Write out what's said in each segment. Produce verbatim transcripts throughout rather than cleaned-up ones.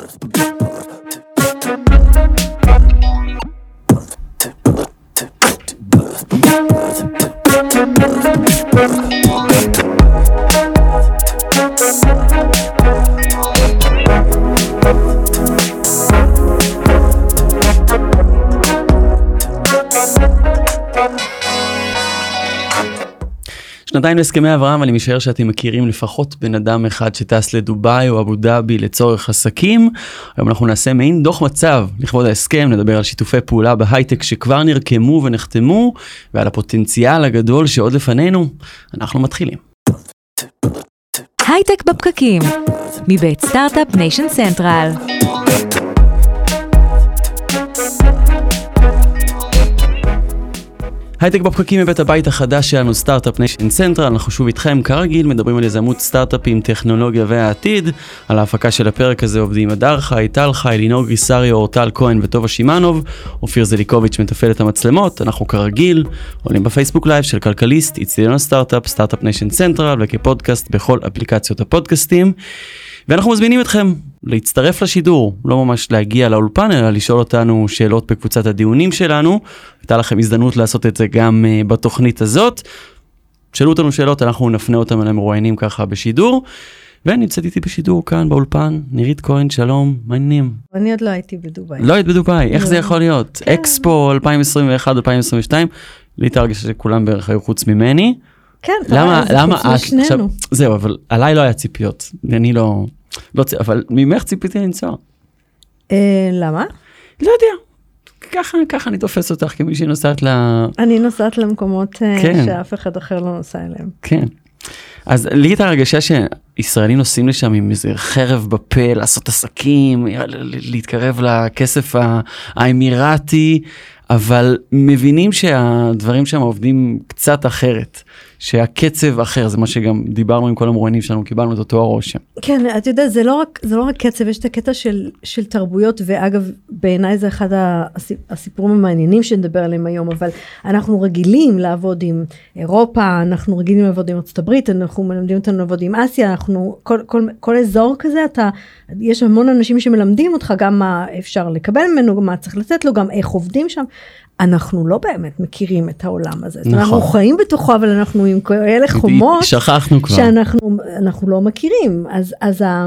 שנתיים להסכמי אברהם, אני משער שאתם מכירים לפחות בן אדם אחד שטס לדוביי או אבו דאבי לצורך עסקים. היום אנחנו נעשה מעין דוח מצב לכבוד ההסכם, נדבר על שיתופי פעולה בהייטק שכבר נרקמו ונחתמו, ועל הפוטנציאל הגדול שעוד לפנינו. אנחנו מתחילים. הייטק בפקקים, מבית סטארט-אפ ניישן סנטרל. הייטק בפקקים מבית הבית החדש שלנו, סטארט-אפ ניישן סנטרל. אנחנו שוב איתכם כרגיל, מדברים על יזמות סטארט-אפים, טכנולוגיה והעתיד. על ההפקה של הפרק הזה עובדים הדר חי, טל חי, לינור גריסריו, אורטל כהן וטובה שימנוב. אופיר זליקוביץ' מתפעל את המצלמות. אנחנו כרגיל עולים בפייסבוק לייב של כלכליסט, אצטדיון הסטארט-אפ, סטארט-אפ ניישן סנטרל, וכפודקאסט בכל אפליקציות הפודקאסטים. ואנחנו מזמינים אתכם להצטרף לשידור, לא ממש להגיע לאולפן, אלא לשאול אותנו שאלות בקבוצת הדיונים שלנו. הייתה לכם הזדמנות לעשות את זה גם uh, בתוכנית הזאת. שאלו אותנו שאלות, אנחנו נפנה אותם אליהם רואיינים ככה בשידור. ונמצאת איתי בשידור כאן באולפן, נירית כהן, שלום, מה העניינים? אני עוד לא הייתי בדוביי. לא היית בדוביי, איך זה יכול להיות? אקספו אלפיים עשרים ואחת אלפיים עשרים ושתיים, לי תרגש שכולם בערך היו חוץ ממני. כן, למה, למה, חוץ משנינו. זהו, אבל עליי לא היה ציפיות, אני לא, לא צ... אבל ממך ציפיתי לנסוע. למה? לא יודע, ככה, ככה אני תופס אותך כמי שנוסעת ל... אני נוסעת למקומות שאף אחד אחר לא נוסע אליהם. כן. אז לי את הרגשה שישראלים נוסעים לשם עם איזה חרב בפה, לעשות עסקים, להתקרב לכסף האמירתי, אבל מבינים שהדברים שם עובדים קצת אחרת, שהקצב אחר, זה מה שגם דיברנו עם כל המרואיינים שלנו, קיבלנו את אותו הרושם. כן, את יודעת, זה לא רק, זה לא רק קצב, יש את הקטע של, של תרבויות, ואגב, בעיניי זה אחד הסיפורים המעניינים שנדבר עליהם היום, אבל אנחנו רגילים לעבוד עם אירופה, אנחנו רגילים לעבוד עם ארצות הברית, אנחנו מלמדים אותנו לעבוד עם אסיה, אנחנו, כל, כל, כל אזור כזה, אתה, יש המון אנשים שמלמדים אותך גם מה אפשר לקבל ממנו, גם מה צריך לתת לו, גם איך עובדים שם. אנחנו לא באמת מכירים את העולם הזה. נכון. אנחנו חיים בתוכו, אבל אנחנו עם כאלה חומות, שכחנו כבר. שאנחנו אנחנו לא מכירים. אז, אז ה...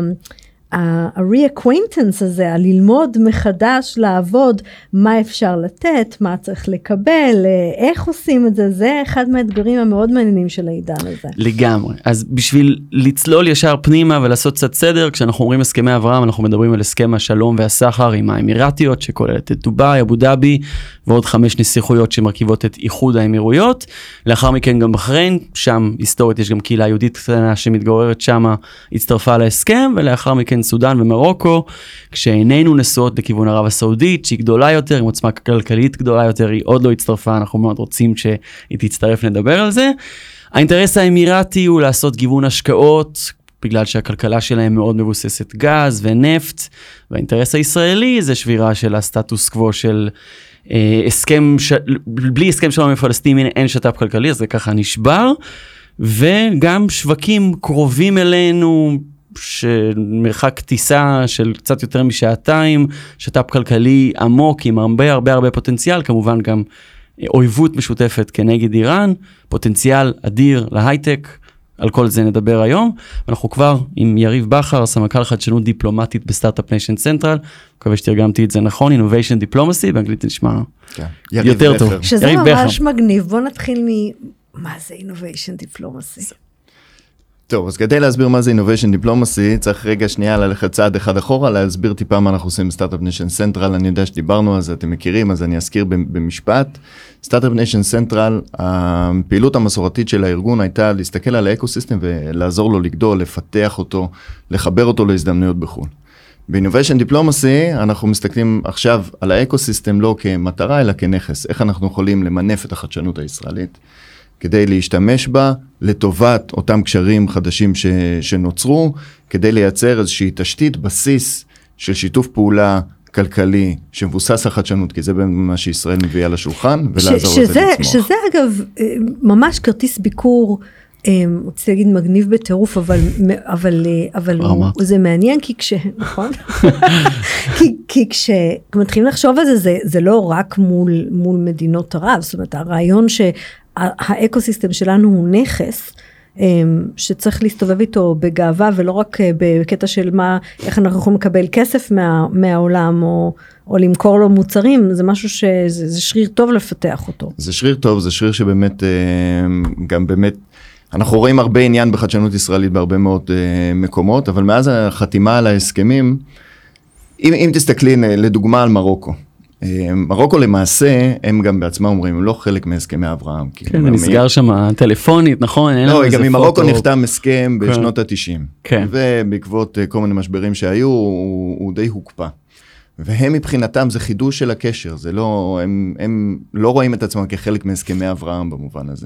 ה-reacquaintance הזה, הללמוד מחדש, לעבוד, מה אפשר לתת, מה צריך לקבל, איך עושים את זה, זה אחד מהאתגרים המאוד מעניינים של העידן הזה. לגמרי. אז בשביל לצלול ישר פנימה ולעשות קצת סדר, כשאנחנו אומרים הסכמי אברהם, אנחנו מדברים על הסכם השלום והסחר עם האמירתיות, שכוללת את דוביי, אבו דאבי, ועוד חמש נסיכויות שמרכיבות את איחוד האמירויות. לאחר מכן גם בחריין, שם היסטורית יש גם קהילה יהודית קטנה שמתגוררת שמה, הצטרפה להסכם, ולאחר מכן סודן ומרוקו, כשאיננו נשואות לכיוון ערב הסעודית, שהיא גדולה יותר, עם עוצמה כלכלית גדולה יותר, היא עוד לא הצטרפה, אנחנו מאוד רוצים שהיא תצטרף, נדבר על זה. האינטרס האמירתי הוא לעשות גיוון השקעות, בגלל שהכלכלה שלהם מאוד מבוססת גז ונפט, והאינטרס הישראלי זה שבירה של הסטטוס קוו של אה, הסכם, ש... בלי הסכם שלום עם פלסטינים אין שת"פ כלכלי, אז זה ככה נשבר, וגם שווקים קרובים אלינו, שמרחק טיסה של קצת יותר משעתיים, שת"פ כלכלי עמוק עם הרבה הרבה הרבה פוטנציאל, כמובן גם אויבות משותפת כנגד איראן, פוטנציאל אדיר להייטק, על כל זה נדבר היום. אנחנו כבר עם יריב בכר, סמנכ"ל חדשנות דיפלומטית בסטארט-אפ ניישן סנטרל, מקווה שתרגמתי את זה נכון, Innovation Diplomacy, באנגלית נשמע יותר טוב. שזה ממש מגניב, בוא נתחיל ממה זה Innovation Diplomacy. טוב, אז כדי להסביר מה זה Innovation Diplomacy, צריך רגע שנייה ללכת צעד אחד אחורה, להסביר טיפה מה אנחנו עושים בסטארט-אפ ניישן סנטרל. אני יודע שדיברנו על זה, אתם מכירים, אז אני אזכיר במשפט. סטארט-אפ ניישן סנטרל, הפעילות המסורתית של הארגון הייתה להסתכל על האקוסיסטם ולעזור לו לגדול, לפתח אותו, לחבר אותו להזדמנויות בחו"ל. ב-Innovation Diplomacy אנחנו מסתכלים עכשיו על האקוסיסטם לא כמטרה, אלא כנכס. איך אנחנו יכולים למנף את החדשנות הישראלית? כדי להשתמש בה לטובת אותם קשרים חדשים ש, שנוצרו, כדי לייצר איזושהי תשתית, בסיס של שיתוף פעולה כלכלי, שמבוסס על חדשנות, כי זה מה שישראל מביאה לשולחן, ולעזור ש, שזה, את זה לצמוח. שזה אגב ממש כרטיס ביקור רוצה להגיד מגניב בטירוף, אבל, אבל, אבל זה מעניין, כי כש, נכון? כי, כי כשמתחילים לחשוב על זה, זה, זה לא רק מול, מול מדינות ערב, זאת אומרת, הרעיון שהאקוסיסטם שלנו הוא נכס, שצריך להסתובב איתו בגאווה, ולא רק בקטע של מה, איך אנחנו יכולים לקבל כסף מה, מהעולם, או, או למכור לו מוצרים, זה משהו שזה זה שריר טוב לפתח אותו. זה שריר טוב, זה שריר שבאמת, גם באמת, אנחנו רואים הרבה עניין בחדשנות ישראלית בהרבה מאוד uh, מקומות, אבל מאז החתימה על ההסכמים, אם, אם תסתכלי לדוגמה על מרוקו, uh, מרוקו למעשה, הם גם בעצמם אומרים, הם לא חלק מהסכמי אברהם. כן, זה נסגר שם טלפונית, נכון? לא, גם עם מרוקו נחתם הסכם בשנות ה-תשעים, כן. ובעקבות uh, כל מיני משברים שהיו, הוא, הוא די הוקפא. והם מבחינתם זה חידוש של הקשר, זה לא, הם, הם לא רואים את עצמם כחלק מהסכמי אברהם במובן הזה.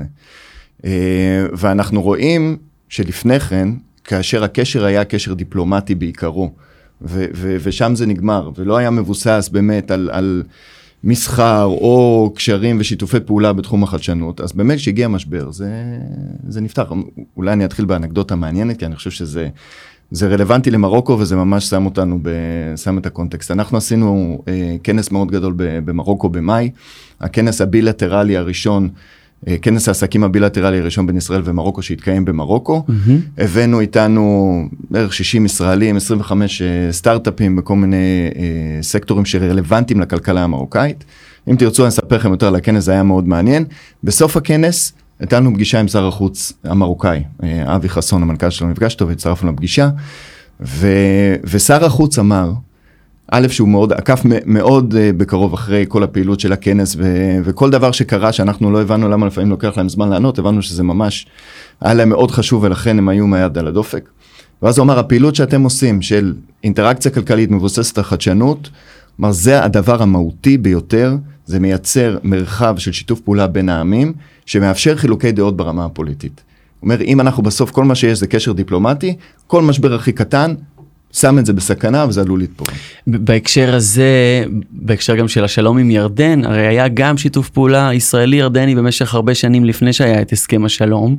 ואנחנו רואים שלפני כן, כאשר הקשר היה קשר דיפלומטי בעיקרו, ו- ו- ושם זה נגמר, ולא היה מבוסס באמת על, על מסחר או קשרים ושיתופי פעולה בתחום החדשנות, אז באמת שהגיע משבר, זה, זה נפתח. אולי אני אתחיל באנקדוטה מעניינת, כי אני חושב שזה זה רלוונטי למרוקו, וזה ממש שם אותנו, ב, שם את הקונטקסט. אנחנו עשינו אה, כנס מאוד גדול במרוקו במאי, הכנס הבילטרלי הראשון, כנס העסקים הבילטרלי הראשון בין ישראל ומרוקו שהתקיים במרוקו, mm-hmm. הבאנו איתנו בערך שישים ישראלים, עשרים וחמישה סטארט-אפים בכל מיני אה, סקטורים שרלוונטיים לכלכלה המרוקאית. אם תרצו אני אספר לכם יותר על הכנס, זה היה מאוד מעניין. בסוף הכנס הייתה לנו פגישה עם שר החוץ המרוקאי, אה, אבי חסון, המנכ"ל שלנו, נפגש אותו והצטרפנו לפגישה, ו, ושר החוץ אמר, א' שהוא מאוד, עקף מאוד בקרוב אחרי כל הפעילות של הכנס, ו- וכל דבר שקרה שאנחנו לא הבנו למה לפעמים לוקח להם זמן לענות, הבנו שזה ממש היה להם מאוד חשוב, ולכן הם היו מהיד על הדופק. ואז הוא אמר, הפעילות שאתם עושים של אינטראקציה כלכלית מבוססת על חדשנות, אמר, זה הדבר המהותי ביותר, זה מייצר מרחב של שיתוף פעולה בין העמים, שמאפשר חילוקי דעות ברמה הפוליטית. הוא אומר, אם אנחנו בסוף כל מה שיש זה קשר דיפלומטי, כל משבר הכי קטן, שם את זה בסכנה, וזה עלול להתפורר. בהקשר הזה, בהקשר גם של השלום עם ירדן, הרי היה גם שיתוף פעולה ישראלי-ירדני במשך הרבה שנים לפני שהיה את הסכם השלום,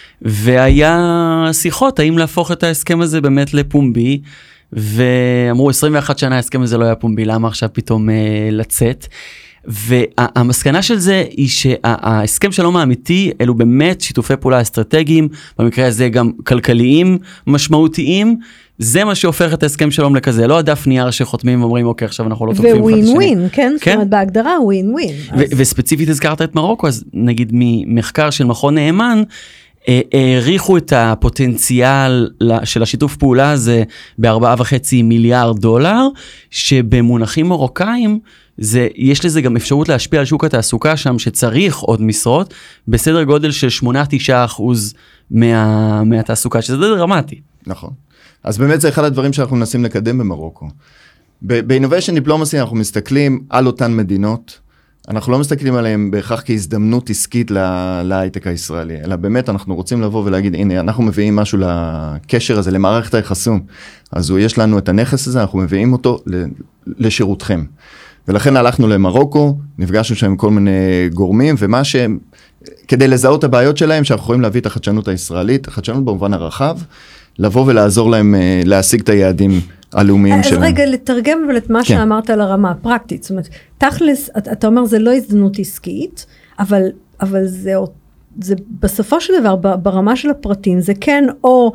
והיה שיחות, האם להפוך את ההסכם הזה באמת לפומבי, ואמרו עשרים ואחת שנה ההסכם הזה לא היה פומבי, למה עכשיו פתאום אה, לצאת? והמסקנה של זה היא שההסכם שלום האמיתי, אלו באמת שיתופי פעולה אסטרטגיים, במקרה הזה גם כלכליים משמעותיים, זה מה שהופך את ההסכם שלום לכזה, לא הדף נייר שחותמים ואומרים, אוקיי, עכשיו אנחנו לא תוקפים אחד השני. ווין ווין, כן? זאת אומרת, בהגדרה ווין ווין. וספציפית הזכרת את מרוקו, אז נגיד ממחקר של מכון נאמן, העריכו את הפוטנציאל של השיתוף פעולה הזה בארבעה וחצי מיליארד דולר, שבמונחים מרוקאים, זה, יש לזה גם אפשרות להשפיע על שוק התעסוקה שם, שצריך עוד משרות, בסדר גודל של שמונה עד תשעה אחוז מה, מהתעסוקה, שזה דרמטי. נכון. אז באמת זה אחד הדברים שאנחנו מנסים לקדם במרוקו. ב-Innovation Diplomacy אנחנו מסתכלים על אותן מדינות, אנחנו לא מסתכלים עליהם בהכרח כהזדמנות עסקית להייטק הישראלי, אלא באמת אנחנו רוצים לבוא ולהגיד, הנה, אנחנו מביאים משהו לקשר הזה, למערכת היחסים, אז יש לנו את הנכס הזה, אנחנו מביאים אותו לשירותכם. ולכן הלכנו למרוקו, נפגשנו שם עם כל מיני גורמים, ומה ש... כדי לזהות הבעיות שלהם, שאנחנו יכולים להביא את החדשנות הישראלית, החדשנות במובן הרחב, לבוא ולעזור להם להשיג את היעדים הלאומיים שלהם. אז רגע, לתרגם אבל את מה שאמרת על הרמה הפרקטית, זאת אומרת, תכלס, אתה אומר, זה לא הזדמנות עסקית, אבל, אבל זה, זה בסופו של דבר, ברמה של הפרטים, זה כן או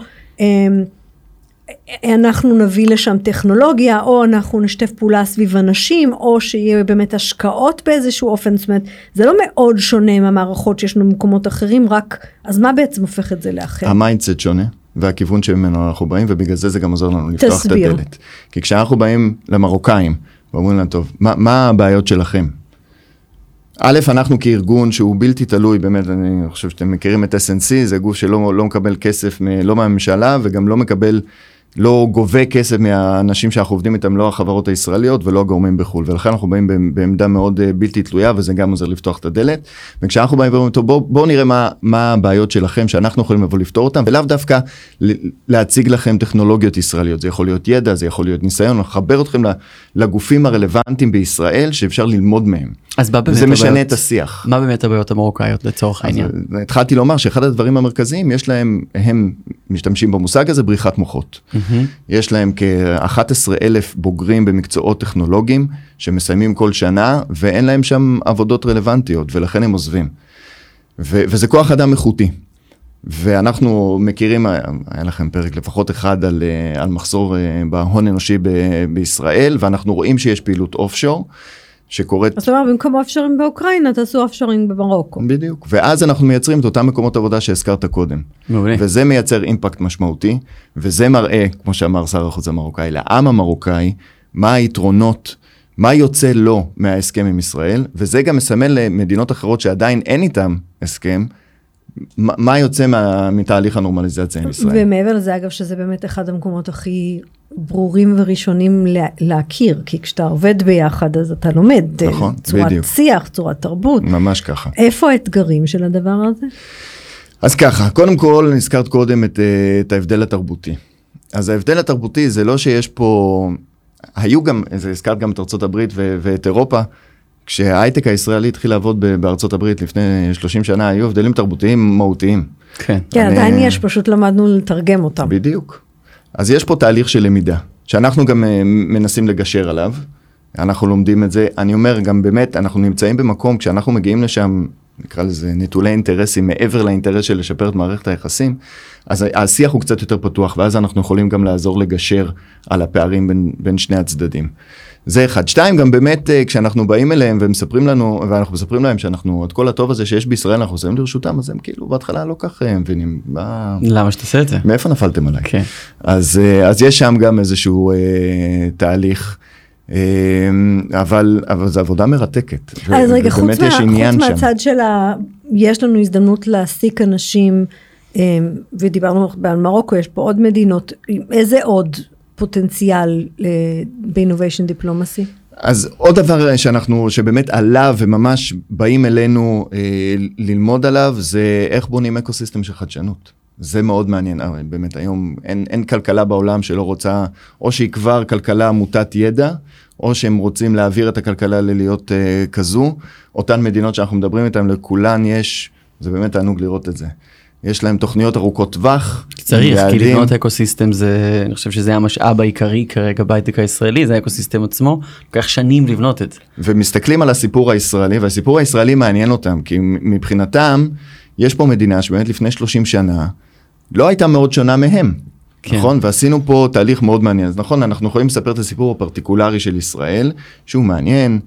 אנחנו נביא לשם טכנולוגיה, או אנחנו נשתף פעולה סביב אנשים, או שיהיה באמת השקעות באיזשהו אופן, זאת אומרת, זה לא מאוד שונה מהמערכות שיש לנו במקומות אחרים, רק, אז מה בעצם הופך את זה לאחר? המיינדסט שונה. והכיוון שממנו אנחנו באים, ובגלל זה זה גם עוזר לנו לפתוח תסביר. את הדלת. כי כשאנחנו באים למרוקאים, ואומרים להם, טוב, מה, מה הבעיות שלכם? א', אנחנו כארגון שהוא בלתי תלוי, באמת, אני חושב שאתם מכירים את אס אן סי, זה גוף שלא לא מקבל כסף, לא מהממשלה, וגם לא מקבל, לא גובה כסף מהאנשים שאנחנו עובדים איתם, לא החברות הישראליות ולא הגורמים בחול, ולכן אנחנו באים בעמדה מאוד בלתי תלויה, וזה גם עוזר לפתוח את הדלת, וכשאנחנו באים ואומרים, טוב, בואו בוא נראה מה, מה הבעיות שלכם, שאנחנו יכולים לבוא לפתור אותם, ולאו דווקא להציג לכם טכנולוגיות ישראליות, זה יכול להיות ידע, זה יכול להיות ניסיון, לחבר אתכם לגופים הרלוונטיים בישראל, שאפשר ללמוד מהם. אז מה באמת וזה משנה הבעיות? את השיח. מה באמת הבעיות המרוקאיות לצורך העניין? אז התחלתי לומר שאחד הדברים המרכזיים, יש להם, הם משתמשים במושג הזה, בריחת מוחות. יש להם כ-אחד עשר אלף בוגרים במקצועות טכנולוגיים, שמסיימים כל שנה, ואין להם שם עבודות רלוונטיות, ולכן הם עוזבים. ו- וזה כוח אדם איכותי. ואנחנו מכירים, היה לכם פרק לפחות אחד על, על מחסור בהון אנושי ב- בישראל, ואנחנו רואים שיש פעילות אופשור, שקורית... זאת אומרת, במקום אופשורים באוקראינה, תעשו אופשורים במרוקו. בדיוק. ואז אנחנו מייצרים את אותם מקומות עבודה שהזכרת קודם. מעולה. וזה מייצר אימפקט משמעותי, וזה מראה, כמו שאמר שר החוץ המרוקאי, לעם המרוקאי, מה היתרונות, מה יוצא לו מההסכם עם ישראל, וזה גם מסמל למדינות אחרות שעדיין אין איתם הסכם, מה, מה יוצא מה, מתהליך הנורמליזציה עם ישראל. ומעבר לזה, אגב, שזה באמת אחד המקומות הכי ברורים וראשונים לה, להכיר, כי כשאתה עובד ביחד, אז אתה לומד. נכון, צורת בדיוק. שיח, צורת תרבות. ממש ככה. איפה האתגרים של הדבר הזה? אז ככה, קודם כל, נזכרת קודם את, את ההבדל התרבותי. אז ההבדל התרבותי זה לא שיש פה, היו גם, זה הזכרת גם את ארצות הברית ו, ואת אירופה, כשההייטק הישראלי התחיל לעבוד בארצות הברית לפני שלושים שנה, היו הבדלים תרבותיים מהותיים. כן. כן, עדיין יש, פשוט למדנו לתרגם אותם. בדיוק. אז יש פה תהליך של למידה, שאנחנו גם מנסים לגשר עליו, אנחנו לומדים את זה, אני אומר גם באמת, אנחנו נמצאים במקום, כשאנחנו מגיעים לשם, נקרא לזה נטולי אינטרסים, מעבר לאינטרס של לשפר את מערכת היחסים, אז השיח הוא קצת יותר פתוח, ואז אנחנו יכולים גם לעזור לגשר על הפערים בין, בין שני הצדדים. זה אחד. שתיים, גם באמת, כשאנחנו באים אליהם ומספרים לנו, ואנחנו מספרים להם שאנחנו, את כל הטוב הזה שיש בישראל, אנחנו עושים לרשותם, אז הם כאילו בהתחלה לא כך מבינים. מה... למה שתעשה את זה? מאיפה נפלתם עליי? כן. אז, אז יש שם גם איזשהו אה, תהליך, אה, אבל, אבל זו עבודה מרתקת. אז רגע, חוץ, מה, חוץ מהצד של ה... יש לנו הזדמנות להעסיק אנשים, אה, ודיברנו על מרוקו, יש פה עוד מדינות, איזה עוד פוטנציאל ב-Innovation Diplomacy? אז עוד דבר שאנחנו, שבאמת עליו וממש באים אלינו אה, ללמוד עליו, זה איך בונים אקוסיסטם של חדשנות. זה מאוד מעניין, הרי באמת היום אין, אין כלכלה בעולם שלא רוצה, או שהיא כבר כלכלה מוטת ידע, או שהם רוצים להעביר את הכלכלה ללהיות אה, כזו. אותן מדינות שאנחנו מדברים איתן, לכולן יש, זה באמת תענוג לראות את זה. יש להם תוכניות ארוכות טווח. צריך, כי לבנות אקוסיסטם זה, אני חושב שזה המשאב העיקרי כרגע בהייטק הישראלי, זה האקוסיסטם עצמו, לוקח שנים לבנות את זה. ומסתכלים על הסיפור הישראלי, והסיפור הישראלי מעניין אותם, כי מבחינתם, יש פה מדינה שבאמת לפני שלושים שנה, לא הייתה מאוד שונה מהם, כן. נכון? ועשינו פה תהליך מאוד מעניין. אז נכון, אנחנו יכולים לספר את הסיפור הפרטיקולרי של ישראל, שהוא מעניין,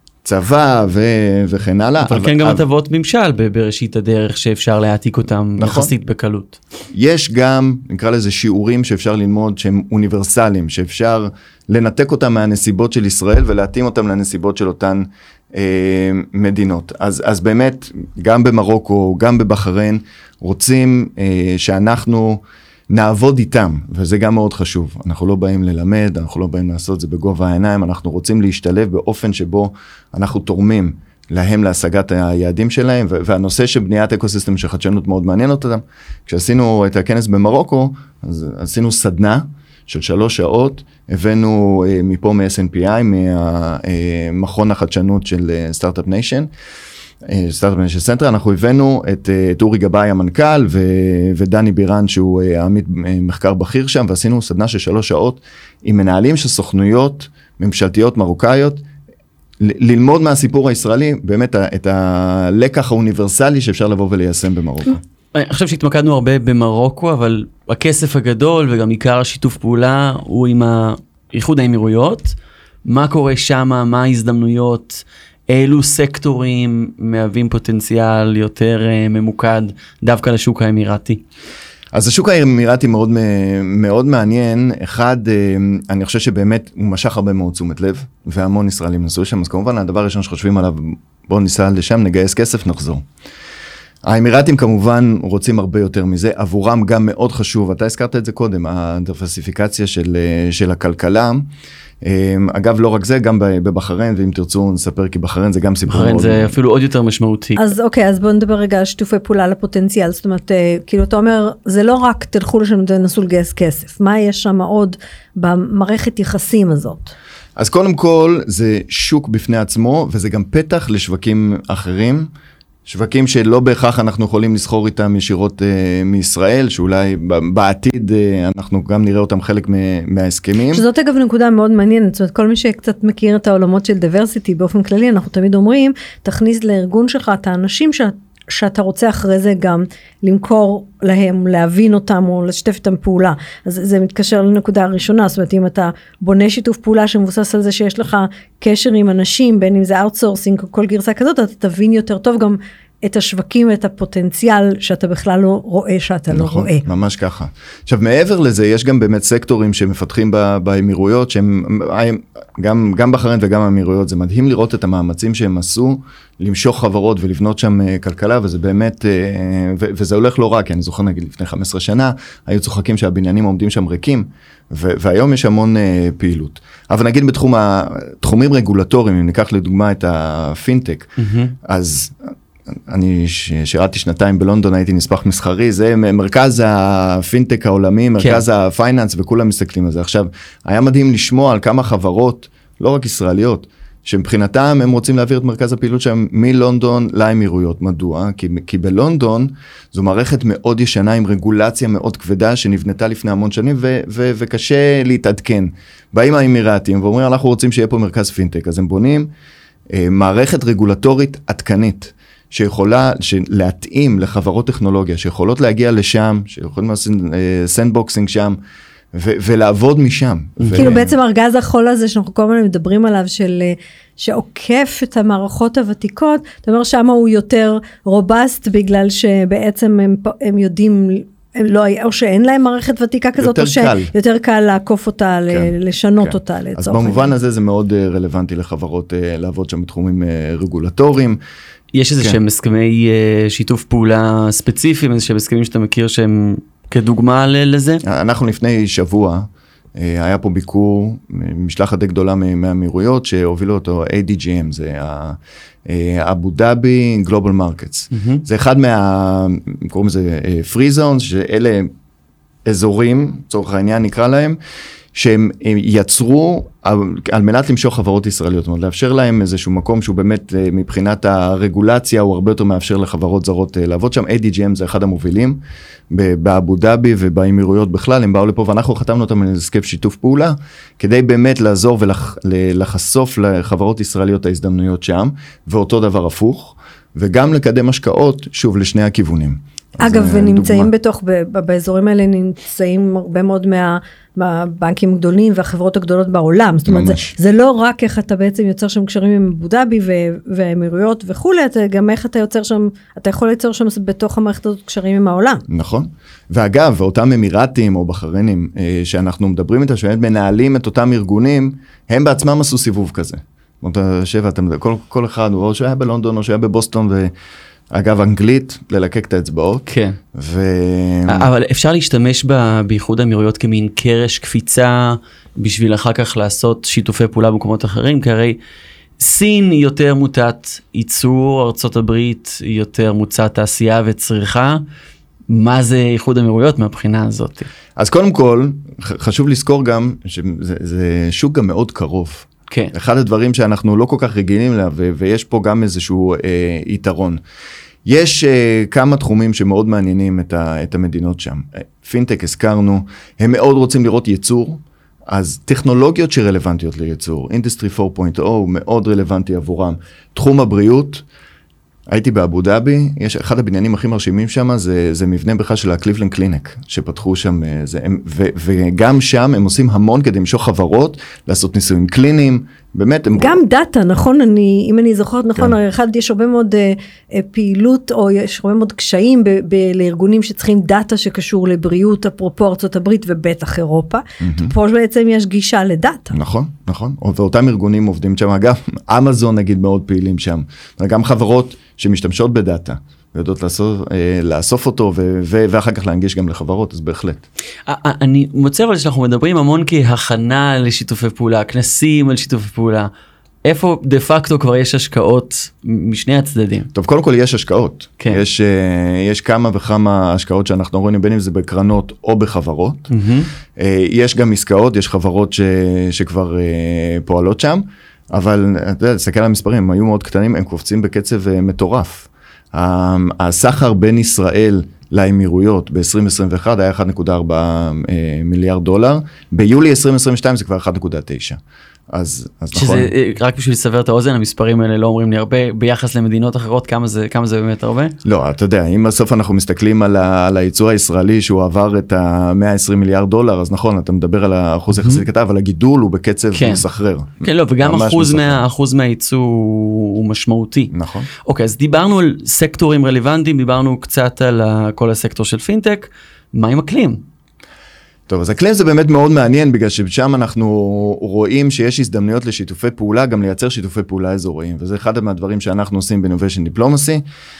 צבא ו- וכן הלאה. אבל, אבל כן גם הטבות ממשל בראשית הדרך שאפשר להעתיק אותם נכון. יחסית בקלות. יש גם, נקרא לזה שיעורים שאפשר ללמוד שהם אוניברסליים, שאפשר לנתק אותם מהנסיבות של ישראל ולהתאים אותם לנסיבות של אותן אה, מדינות. אז, אז באמת, גם במרוקו, גם בבחריין, רוצים אה, שאנחנו נעבוד איתם, וזה גם מאוד חשוב. אנחנו לא באים ללמד, אנחנו לא באים לעשות זה בגובה העיניים, אנחנו רוצים להשתלב באופן שבו אנחנו תורמים להם להשגת היעדים שלהם, והנושא של בניית אקוסיסטם של חדשנות מאוד מעניין אותם. כשעשינו את הכנס במרוקו, אז עשינו סדנה של שלוש שעות, הבאנו מפה מ-אס אנד פי איי, מהמכון החדשנות של סטארט-אפ ניישן, סטארט-אפ ניישן סנטר, אנחנו הבאנו את, את אורי גבאי המנכ"ל ו, ודני בירן שהוא עמית מחקר בכיר שם, ועשינו סדנה של שלוש שעות עם מנהלים של סוכנויות ממשלתיות מרוקאיות, ל- ללמוד מהסיפור הישראלי, באמת את הלקח האוניברסלי שאפשר לבוא וליישם במרוקו. אני חושב שהתמקדנו הרבה במרוקו, אבל הכסף הגדול וגם עיקר השיתוף פעולה הוא עם האיחוד האמירויות. מה קורה שם, מה ההזדמנויות, אילו סקטורים מהווים פוטנציאל יותר uh, ממוקד דווקא לשוק האמירתי? אז השוק האמירתי מאוד, מאוד מעניין. אחד, אני חושב שבאמת הוא משך הרבה מאוד תשומת לב, והמון ישראלים נסעו שם, אז כמובן הדבר הראשון שחושבים עליו, בואו ניסע לשם, נגייס כסף, נחזור. האמירתים כמובן רוצים הרבה יותר מזה, עבורם גם מאוד חשוב, אתה הזכרת את זה קודם, הדרפסיפיקציה של, של הכלכלה, אגב לא רק זה, גם בבחריין, ואם תרצו נספר כי בחריין זה גם סיפור. בחריין זה אפילו עוד יותר משמעותי. אז אוקיי, אז בואו נדבר רגע על שיתופי פעולה לפוטנציאל, זאת אומרת, כאילו אתה אומר, זה לא רק תלכו לשם ונסו לגייס כסף, מה יש שם עוד במערכת יחסים הזאת? אז קודם כל, זה שוק בפני עצמו, וזה גם פתח לשווקים אחרים, שווקים שלא בהכרח אנחנו יכולים לסחור איתם ישירות אה, מישראל, שאולי בעתיד אה, אנחנו גם נראה אותם חלק מההסכמים. שזאת אגב נקודה מאוד מעניינת, זאת אומרת, כל מי שקצת מכיר את העולמות של diversity באופן כללי, אנחנו תמיד אומרים, תכניס לארגון שלך את האנשים שאת, שאתה רוצה אחרי זה גם למכור להם, להבין אותם או לשתף איתם פעולה. אז זה מתקשר לנקודה הראשונה, זאת אומרת, אם אתה בונה שיתוף פעולה שמבוסס על זה שיש לך קשר עם אנשים, בין אם זה אאוטסורסינג או כל גרסה כזאת, אתה תבין יותר טוב גם את השווקים ואת הפוטנציאל שאתה בכלל לא רואה שאתה נכון, לא רואה. ממש ככה. עכשיו, מעבר לזה, יש גם באמת סקטורים שמפתחים באמירויות, שהם גם, גם בחריין וגם באמירויות, זה מדהים לראות את המאמצים שהם עשו, למשוך חברות ולבנות שם כלכלה, וזה באמת, ו- וזה הולך לא רק, אני זוכר נגיד לפני חמש עשרה שנה, היו צוחקים שהבניינים עומדים שם ריקים, ו- והיום יש המון פעילות. אבל נגיד בתחום התחומים רגולטוריים, אם ניקח לדוגמה את הפינטק, mm-hmm. אז אני שירתי שנתיים בלונדון, הייתי נספח מסחרי, זה מרכז הפינטק העולמי, מרכז כן. הפייננס, וכולם מסתכלים על זה. עכשיו, היה מדהים לשמוע על כמה חברות, לא רק ישראליות, שמבחינתם הם רוצים להעביר את מרכז הפעילות שם מלונדון לאמירויות. מדוע? כי, כי בלונדון זו מערכת מאוד ישנה עם רגולציה מאוד כבדה שנבנתה לפני המון שנים ו, ו, וקשה להתעדכן. באים האמירתים ואומרים אנחנו רוצים שיהיה פה מרכז פינטק, אז הם בונים אה, מערכת רגולטורית עדכנית שיכולה להתאים לחברות טכנולוגיה, שיכולות להגיע לשם, שיכולים לעשות סנדבוקסינג שם, ו- ולעבוד משם. כאילו ו- בעצם ארגז החול הזה שאנחנו כל הזמן מדברים עליו, של, שעוקף את המערכות הוותיקות, זאת אומרת שמה הוא יותר רובסט, בגלל שבעצם הם, הם יודעים, הם לא, או שאין להם מערכת ותיקה כזאת, או שיותר קל לעקוף אותה, כן, לשנות כן. אותה. אז במובן הזה זה מאוד רלוונטי לחברות לעבוד שם בתחומים רגולטוריים. יש איזה כן. שהם הסכמי שיתוף פעולה ספציפיים, איזה שהם הסכמים שאתה מכיר שהם כדוגמה לזה? אנחנו לפני שבוע, היה פה ביקור, משלחת די גדולה מהאמירויות, שהובילו אותו איי די ג'י אם, זה אבו דאבי גלובל מרקטס. זה אחד מה, קוראים לזה פרי זונס, שאלה אזורים, צורך העניין נקרא להם, שהם יצרו על, על מנת למשוך חברות ישראליות, זאת אומרת, לאפשר להם איזשהו מקום שהוא באמת מבחינת הרגולציה, הוא הרבה יותר מאפשר לחברות זרות לעבוד שם. איי די ג'י אם זה אחד המובילים, באבו דאבי ובאמירויות בכלל, הם באו לפה ואנחנו חתמנו אותם על הסכם שיתוף פעולה, כדי באמת לעזור ולחשוף לחברות ישראליות ההזדמנויות שם, ואותו דבר הפוך, וגם לקדם השקעות, שוב, לשני הכיוונים. אגב, ונמצאים דוגמה. בתוך, באזורים האלה נמצאים הרבה מאוד מה, מהבנקים הגדולים והחברות הגדולות בעולם. זאת אומרת, זה, זה לא רק איך אתה בעצם יוצר שם קשרים עם אבו דאבי והאמירויות וכולי, גם איך אתה יוצר שם, אתה יכול ליצור שם בתוך המערכת הזאת קשרים עם העולם. נכון. ואגב, אותם אמירתים או בחרינים, שאנחנו מדברים איתה, שהם מנהלים את אותם ארגונים, הם בעצמם עשו סיבוב כזה. זאת אומרת, שבע, כל, כל אחד, או שהיה בלונדון או שהיה בבוסטון ו... אגב, אנגלית, ללקק את האצבעות. כן. ו... אבל אפשר להשתמש באיחוד האמירויות כמין קרש קפיצה, בשביל אחר כך לעשות שיתופי פעולה במקומות אחרים, כי הרי סין היא יותר מוטת ייצור, ארצות הברית היא יותר מוצת תעשייה וצריכה, מה זה איחוד האמירויות מהבחינה הזאת? אז קודם כל, חשוב לזכור גם, שזה זה שוק גם מאוד קרוב. כן. אחד הדברים שאנחנו לא כל כך רגילים לה, ו- ויש פה גם איזשהו אה, יתרון. יש אה, כמה תחומים שמאוד מעניינים את, ה- את המדינות שם. פינטק הזכרנו, הם מאוד רוצים לראות ייצור, אז טכנולוגיות שרלוונטיות לייצור, אינדסטרי פור נקודה או מאוד רלוונטי עבורם. תחום הבריאות, הייתי באבו דאבי, יש אחד הבניינים הכי מרשימים שם, זה, זה מבנה בכלל של הקליבלנד קלינק, שפתחו שם, זה, ו, וגם שם הם עושים המון כדי למשוך חברות, לעשות ניסויים קליניים, באמת. הם... גם דאטה, נכון, אני, אם אני זוכרת נכון, כן. אחד, יש הרבה מאוד uh, פעילות, או יש הרבה מאוד קשיים ב, ב, לארגונים שצריכים דאטה שקשור לבריאות, אפרופו ארצות הברית ובטח אירופה, mm-hmm. פה בעצם יש גישה לדאטה. נכון, נכון, ואותם ארגונים עובדים שם, אגב, אמזון נגיד מאוד פעילים שם, גם חברות שמשתמשות בדאטה, ויודעות לאסוף, לאסוף אותו, ו- ו- ואחר כך להנגיש גם לחברות, אז בהחלט. אני מוצא אבל שאנחנו מדברים המון כהכנה לשיתופי פעולה, כנסים על שיתופי פעולה, איפה דה פקטו כבר יש השקעות משני הצדדים? טוב, קודם כל יש השקעות. כן. יש, יש כמה וכמה השקעות שאנחנו רואים, בין אם זה בקרנות או בחברות. Mm-hmm. יש גם עסקאות, יש חברות ש, שכבר פועלות שם, אבל אתה יודע, תסתכל על המספרים, הם היו מאוד קטנים, הם קופצים בקצב מטורף. הסחר בין ישראל לאמירויות ב-עשרים עשרים ואחת היה אחד נקודה ארבע מיליארד דולר, ביולי עשרים עשרים ושתיים זה כבר אחד נקודה תשע. אז, אז שזה, נכון. רק בשביל לסבר את האוזן, המספרים האלה לא אומרים לי הרבה, ביחס למדינות אחרות, כמה זה, כמה זה באמת הרבה? לא, אתה יודע, אם בסוף אנחנו מסתכלים על, ה, על הייצוא הישראלי, שהוא עבר את ה-מאה ועשרים מיליארד דולר, אז נכון, אתה מדבר על האחוז יחסית קטן, אבל הגידול הוא בקצב כן. מסחרר. כן, לא, וגם אחוז, מסחרר. מה, אחוז מהייצוא הוא משמעותי. נכון. אוקיי, אז דיברנו על סקטורים רלוונטיים, דיברנו קצת על כל הסקטור של פינטק, מה עם אקלים? טוב, אז אקלים זה באמת מאוד מעניין, בגלל ששם אנחנו רואים שיש הזדמנויות לשיתופי פעולה, גם לייצר שיתופי פעולה אזוריים, וזה אחד מהדברים שאנחנו עושים ב-Innovation Diplomacy.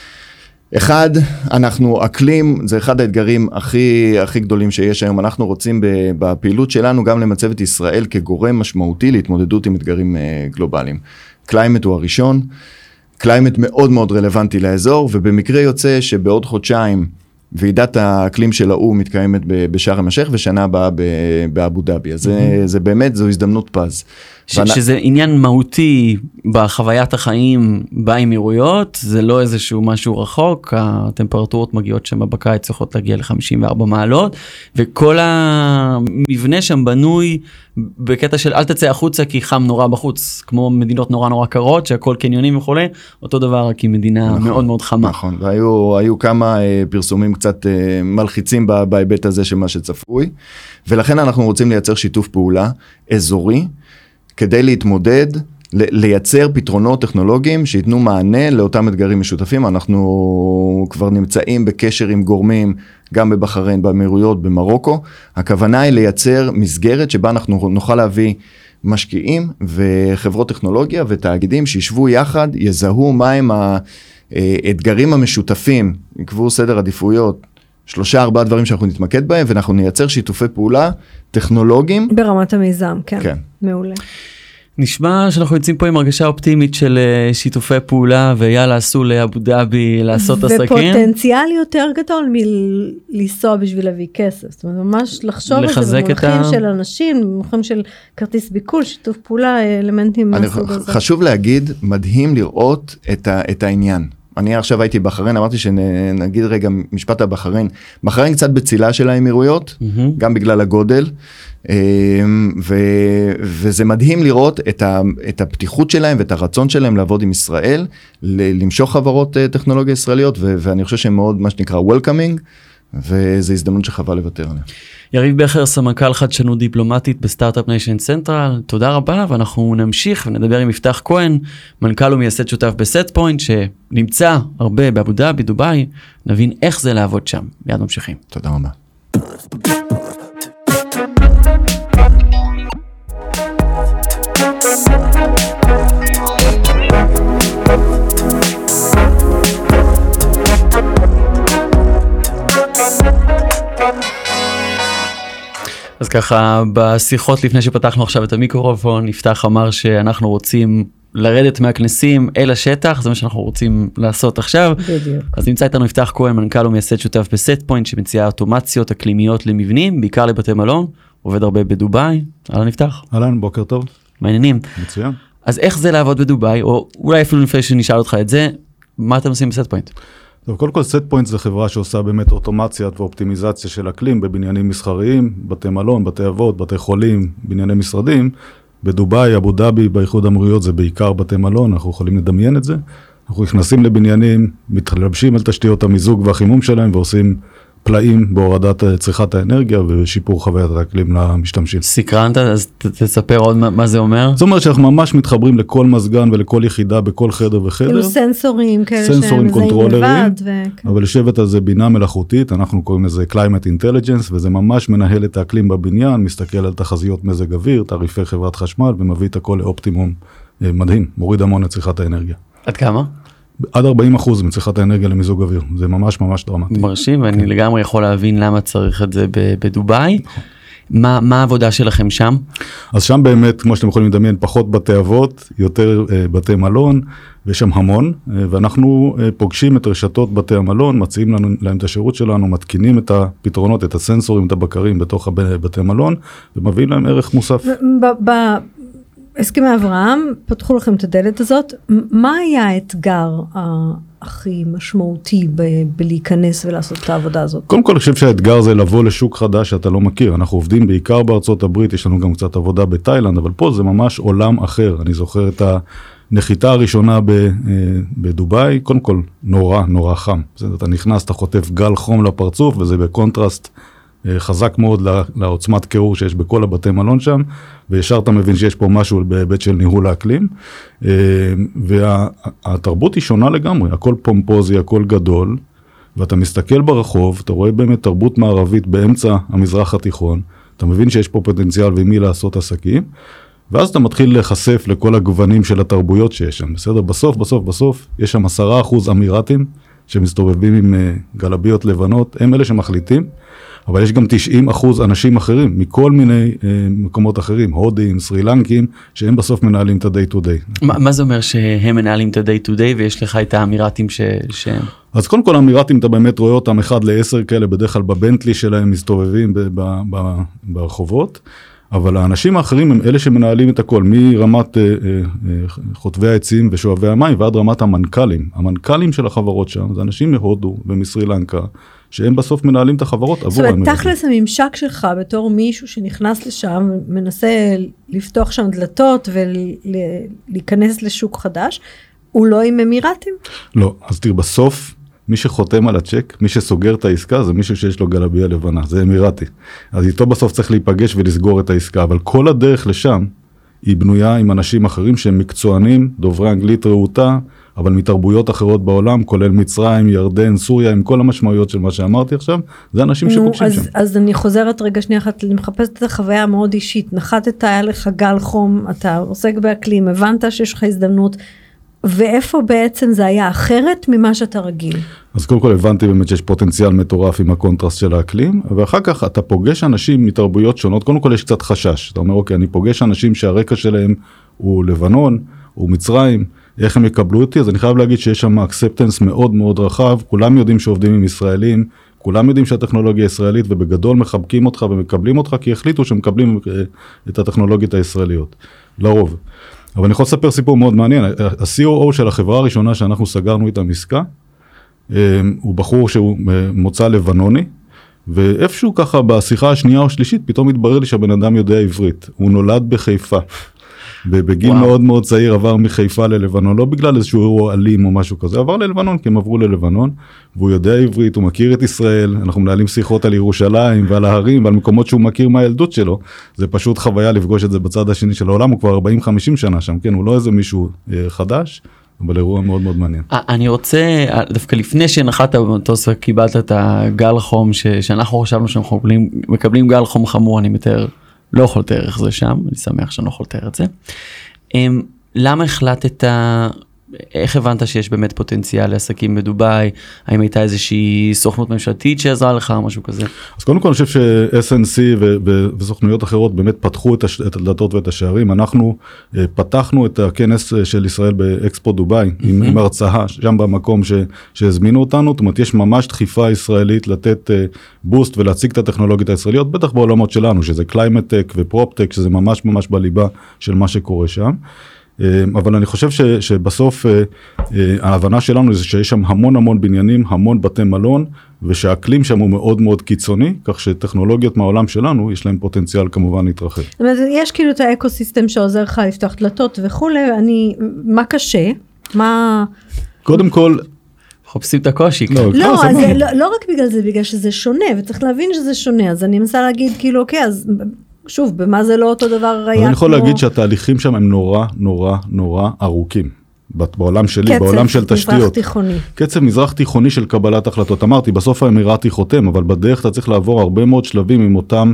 אחד, אנחנו, אקלים, זה אחד האתגרים הכי, הכי גדולים שיש היום, אנחנו רוצים בפעילות שלנו גם למצב את ישראל כגורם משמעותי להתמודדות עם אתגרים גלובליים. קליימט הוא הראשון, קליימט מאוד מאוד רלוונטי לאזור, ובמקרה יוצא שבעוד חודשיים, ועידת האקלים של האו"ם מתקיימת בשארם א-שייח, ושנה הבאה באבו דאבי. אז זה, זה באמת, זו הזדמנות פז. ש- שזה עניין מהותי בחוויית החיים באמירויות, זה לא איזשהו משהו רחוק, הטמפרטורות מגיעות שם בקיץ צריכות להגיע ל-חמישים וארבע מעלות, וכל המבנה שם בנוי בקטע של אל תצא החוצה כי חם נורא בחוץ, כמו מדינות נורא נורא קרות, שהכל קניונים וכו', אותו דבר רק עם מדינה נכון, מאוד מאוד חמה. נכון, והיו היו כמה אה, פרסומים קצת אה, מלחיצים בהיבט הזה של מה שצפוי, ולכן אנחנו רוצים לייצר שיתוף פעולה אזורי, כדי להתמודד, לייצר פתרונות טכנולוגיים שיתנו מענה לאותם אתגרים משותפים. אנחנו כבר נמצאים בקשר עם גורמים, גם בבחריין, באמירויות, במרוקו. הכוונה היא לייצר מסגרת שבה אנחנו נוכל להביא משקיעים וחברות טכנולוגיה ותאגידים שישבו יחד, יזהו מהם האתגרים המשותפים, יקבעו סדר עדיפויות, שלושה, ארבעה דברים שאנחנו נתמקד בהם, ואנחנו נייצר שיתופי פעולה טכנולוגיים. ברמת המיזם, כן. כן. מעולה. נשמע שאנחנו יוצאים פה עם הרגשה אופטימית של שיתופי פעולה, ויאללה, עשו לאבו דאבי לעשות עסקים. ופוטנציאל יותר גדול מלנסוע בשביל להביא כסף. זאת אומרת, ממש לחשוב על זה במונחים ה... של אנשים, במונחים של כרטיס ביקול, שיתוף פעולה, אלמנטים מהסוג הזה. חשוב להגיד, מדהים לראות את, ה... את העניין. אני עכשיו הייתי בחריין, אמרתי שנגיד רגע משפט הבחריין, בחריין קצת בצילה של האמירויות, mm-hmm. גם בגלל הגודל, ו, וזה מדהים לראות את, ה, את הפתיחות שלהם ואת הרצון שלהם לעבוד עם ישראל, למשוך חברות טכנולוגיה ישראליות, ו, ואני חושב שהם מאוד מה שנקרא welcoming, וזו הזדמנות שחבל לוותר עליה. יריב בכר, סמנכ"ל חדשנות דיפלומטית בסטארט-אפ ניישן סנטרל, תודה רבה, ואנחנו נמשיך ונדבר עם יפתח כהן, מנכ"ל ומייסד שותף בסט פוינט, שנמצא הרבה באבו דאבי, דובאי, נבין איך זה לעבוד שם. מיד ממשיכים. תודה רבה. אז ככה, בשיחות לפני שפתחנו עכשיו את המיקרופון, יפתח אמר שאנחנו רוצים לרדת מהכנסים אל השטח, זה מה שאנחנו רוצים לעשות עכשיו. בדיוק. אז נמצא איתנו יפתח כהן, מנכ"ל ומייסד שותף בסט פוינט, שמציעה אוטומציות אקלימיות למבנים, בעיקר לבתי מלון, עובד הרבה בדובאי. אהלן יפתח. אהלן, בוקר טוב. מה העניינים? מצוין. אז איך זה לעבוד בדובאי, או אולי אפילו לפני שנשאל אותך את זה, מה אתם עושים בסט פוינט? טוב, קודם כל, סט פוינט זה חברה שעושה באמת אוטומציה ואופטימיזציה של אקלים בבניינים מסחריים, בתי מלון, בתי אבות, בתי חולים, בנייני משרדים. בדובאי, אבו דאבי, באיחוד האמירויות זה בעיקר בתי מלון, אנחנו יכולים לדמיין את זה. אנחנו נכנסים לבניינים, מתלבשים על תשתיות המיזוג והחימום שלהם ועושים פלאים בהורדת צריכת האנרגיה ושיפור חוויית האקלים למשתמשים. סקרנת, אז תספר עוד מה זה אומר. זאת אומרת שאנחנו ממש מתחברים לכל מזגן ולכל יחידה בכל חדר וחדר. כאילו סנסורים כאלה סנסורים קונטרולרים, ו... אבל לשבת על זה בינה מלאכותית, אנחנו קוראים לזה Climate Intelligence, וזה ממש מנהל את האקלים בבניין, מסתכל על תחזיות מזג אוויר, תעריפי חברת חשמל, ומביא את הכל לאופטימום מדהים, מוריד המון את צריכת האנרגיה. עד כמה? עד ארבעים אחוז מצריכת האנרגיה למיזוג אוויר, זה ממש ממש דרמטי. מרשים, ואני לגמרי יכול להבין למה צריך את זה בדובאי. מה, מה העבודה שלכם שם? אז שם באמת, כמו שאתם יכולים לדמיין, פחות בתי אבות, יותר אה, בתי מלון, ויש שם המון, אה, ואנחנו אה, פוגשים את רשתות בתי המלון, מציעים לנו, להם את השירות שלנו, מתקינים את הפתרונות, את הסנסורים, את הבקרים בתוך בתי מלון, ומביאים להם ערך מוסף. בהסכמי אברהם, פתחו לכם את הדלת הזאת, מה היה האתגר הכי משמעותי ב- בלהיכנס ולעשות את העבודה הזאת? קודם כל, אני חושב שהאתגר זה לבוא לשוק חדש שאתה לא מכיר. אנחנו עובדים בעיקר בארצות הברית, יש לנו גם קצת עבודה בתאילנד, אבל פה זה ממש עולם אחר. אני זוכר את הנחיתה הראשונה ב- בדוביי, קודם כל נורא, נורא חם. אתה נכנס, אתה חוטף גל חום לפרצוף, וזה בקונטרסט חזק מאוד לעוצמת קירור שיש בכל הבתי מלון שם, וישר אתה מבין שיש פה משהו בהיבט של ניהול האקלים, והתרבות היא שונה לגמרי, הכל פומפוזי, הכל גדול, ואתה מסתכל ברחוב, אתה רואה באמת תרבות מערבית באמצע המזרח התיכון, אתה מבין שיש פה פוטנציאל ומי לעשות עסקים, ואז אתה מתחיל להיחשף לכל הגוונים של התרבויות שיש שם, בסדר? בסוף, בסוף, בסוף, יש שם עשרה אחוז אמירתים, שמסתובבים עם גלביות לבנות, הם אלה שמחליטים, אבל יש גם תשעים אחוז אנשים אחרים, מכל מיני אה, מקומות אחרים, הודים, סרילנקים, שהם בסוף מנהלים את ה-day to day. מה, מה זה אומר שהם מנהלים את ה-day to day, ויש לך את האמירתים ש... שהם... אז קודם כל האמירתים, אתה באמת רואה אותם אחד לעשר כאלה, בדרך כלל בבנטלי שלהם מסתובבים ב- ב- ב- ברחובות, אבל האנשים האחרים הם אלה שמנהלים את הכל, מרמת אה, אה, חוטבי העצים ושואבי המים, ועד רמת המנכ"לים. המנכ"לים של החברות שם, זה אנשים מהודו ומסרילנקה, שהם בסוף מנהלים את החברות עבור האמירתים. זאת אומרת, תכלס הממשק שלך בתור מישהו שנכנס לשם, מנסה לפתוח שם דלתות ולהיכנס לשוק חדש, הוא לא עם אמירתים? לא, אז תראי, בסוף מי שחותם על הצ'ק, מי שסוגר את העסקה, זה מישהו שיש לו גלביה לבנה, זה אמירתי. אז איתו בסוף צריך להיפגש ולסגור את העסקה, אבל כל הדרך לשם היא בנויה עם אנשים אחרים שהם מקצוענים, דוברי אנגלית רהוטה, אבל מתרבויות אחרות בעולם, כולל מצרים, ירדן, סוריה, עם כל המשמעויות של מה שאמרתי עכשיו, זה אנשים שפוגשים שם. אז אני חוזרת רגע שנייה אחת, אני מחפשת את החוויה המאוד אישית, נחתת, היה לך גל חום, אתה עוסק באקלים, הבנת שיש לך הזדמנות, ואיפה בעצם זה היה אחרת ממה שאתה רגיל? אז קודם כל הבנתי באמת שיש פוטנציאל מטורף עם הקונטרסט של האקלים, ואחר כך אתה פוגש אנשים מתרבויות שונות, קודם כל יש קצת חשש, אתה אומר אוקיי, אני פוגש אנשים שהרקע שלהם הוא לבנון, הוא מצרים, איך הם יקבלו אותי? אז אני חייב להגיד שיש שם אקספטנס מאוד מאוד רחב, כולם יודעים שעובדים עם ישראלים, כולם יודעים שהטכנולוגיה ישראלית, ובגדול מחבקים אותך ומקבלים אותך, כי החליטו שמקבלים את הטכנולוגיות הישראליות, לרוב. אבל אני יכול לספר סיפור מאוד מעניין, ה-סי או או של החברה הראשונה שאנחנו סגרנו איתם עסקה, הוא בחור שהוא מוצא לבנוני, ואיפשהו ככה בשיחה השנייה או שלישית, פתאום התברר לי שהבן אדם יודע עברית, הוא נולד בחיפה. ובגיל וואו. מאוד מאוד צעיר עבר מחיפה ללבנון, לא בגלל איזשהו אירוע אלים או משהו כזה, עבר ללבנון, כי הם עברו ללבנון, והוא יודע עברית, הוא מכיר את ישראל, אנחנו מנהלים שיחות על ירושלים ועל ההרים, ועל מקומות שהוא מכיר מהילדות שלו, זה פשוט חוויה לפגוש את זה בצד השני של העולם, הוא כבר ארבעים חמישים שנה שם, כן, הוא לא איזה מישהו אה, חדש, אבל אירוע מאוד מאוד מעניין. אני רוצה, דווקא לפני שנחת במטוס וקיבלת את הגל חום, ש, שאנחנו חשבנו שאנחנו מקבלים, מקבלים גל חום חמור, אני מתאר, לא יכול לתאר איך זה שם, אני שמח שאני לא יכול לתאר את זה. למה החלטת, איך הבנת שיש באמת פוטנציאל לעסקים בדוביי? האם הייתה איזושהי סוכנות ממשלתית שעזרה לך או משהו כזה? אז קודם כל אני חושב ש-אס אן סי וסוכנויות אחרות באמת פתחו את הדלתות ואת השערים. אנחנו פתחנו את הכנס של ישראל באקספו דוביי עם הרצאה שם במקום שהזמינו אותנו. זאת אומרת, יש ממש דחיפה ישראלית לתת בוסט ולהציג את הטכנולוגיות הישראליות, בטח בעולמות שלנו, שזה קליימט-טק ופרופ-טק, שזה ממש ממש בליבה של מה שקורה שם. אבל אני חושב ש, שבסוף ההבנה שלנו זה שיש שם המון המון בניינים, המון בתי מלון, ושהאקלים שם הוא מאוד מאוד קיצוני, כך שטכנולוגיות מהעולם שלנו, יש להם פוטנציאל כמובן להתרחב. זאת אומרת, יש כאילו את האקוסיסטם שעוזר לך לפתוח דלתות וכולי, אני, מה קשה? מה... קודם כל... חופשים את הקושי. לא, לא, אז זה, לא, לא רק בגלל זה, בגלל שזה שונה, וצריך להבין שזה שונה, אז אני מנסה להגיד כאילו, אוקיי, אז... שוב, במה זה לא אותו דבר היה? אני יכול להגיד שהתהליכים שם הם נורא, נורא, נורא ארוכים. בעולם שלי, בעולם של תשתיות. קצב מזרח תיכוני. קצב מזרח תיכוני של קבלת החלטות. אמרתי, בסוף האמירתי חותם, אבל בדרך אתה צריך לעבור הרבה מאוד שלבים עם אותם